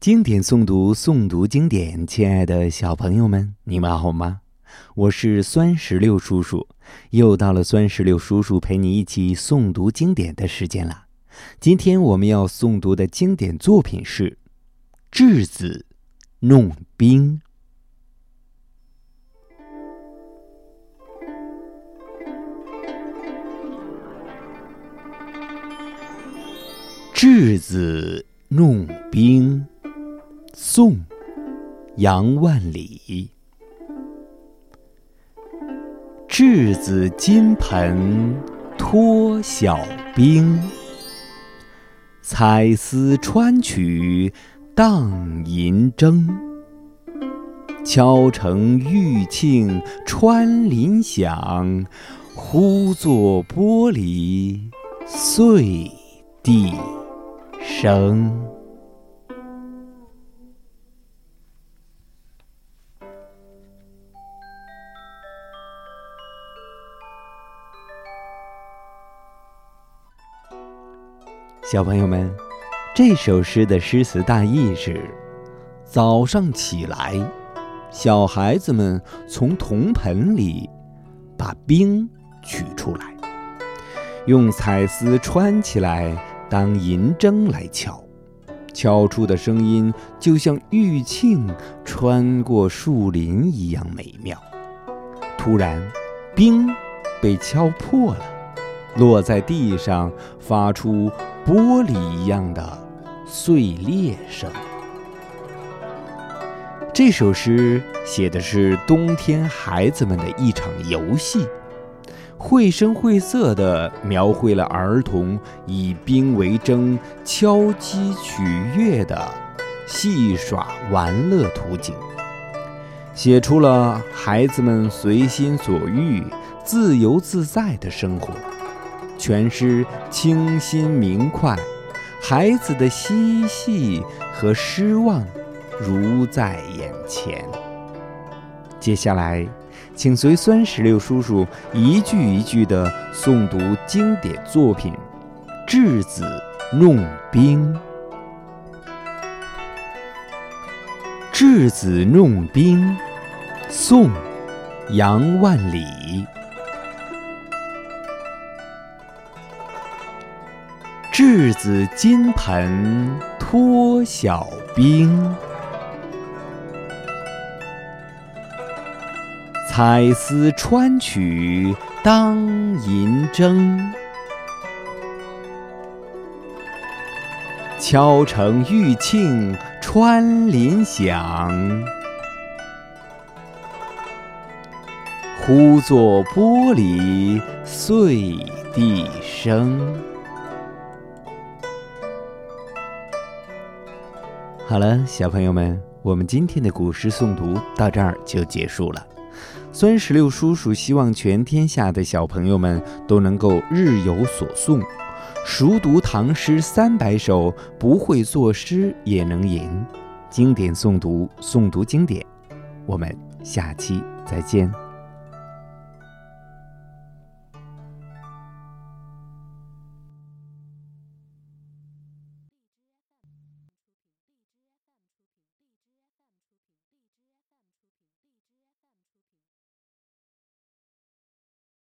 经典诵读，诵读经典。亲爱的小朋友们，你们好吗？我是酸石榴叔叔，又到了酸石榴叔叔陪你一起诵读经典的时间了。今天我们要诵读的经典作品是《稚子弄冰》。稚子弄冰，宋·杨万里。稚子金盆脱小冰，彩丝穿取当银铮。敲成玉磬穿林响，呼作玻璃碎地声。小朋友们，这首诗的诗词大意是：早上起来，小孩子们从铜盆里把冰取出来，用彩丝穿起来当银铮来敲，敲出的声音就像玉磬穿过树林一样美妙。突然，冰被敲破了，落在地上，发出玻璃一样的碎裂声。这首诗写的是冬天孩子们的一场游戏，绘声绘色地描绘了儿童以冰为瓮敲击取乐的戏耍玩乐图景，写出了孩子们随心所欲、自由自在的生活。全诗清新明快，孩子的嬉戏和失望如在眼前。接下来，请随酸石榴叔叔一句一句地诵读经典作品《稚子弄冰》。稚子弄冰，宋·杨万里。稚子金盆脱小冰，彩丝穿取当银铮。敲成玉磬穿林响，呼作玻璃碎地声。好了，小朋友们，我们今天的古诗诵读到这儿就结束了。酸石榴叔叔希望全天下的小朋友们都能够日有所诵，熟读唐诗300首，不会作诗也能吟。经典诵读，诵读经典。我们下期再见。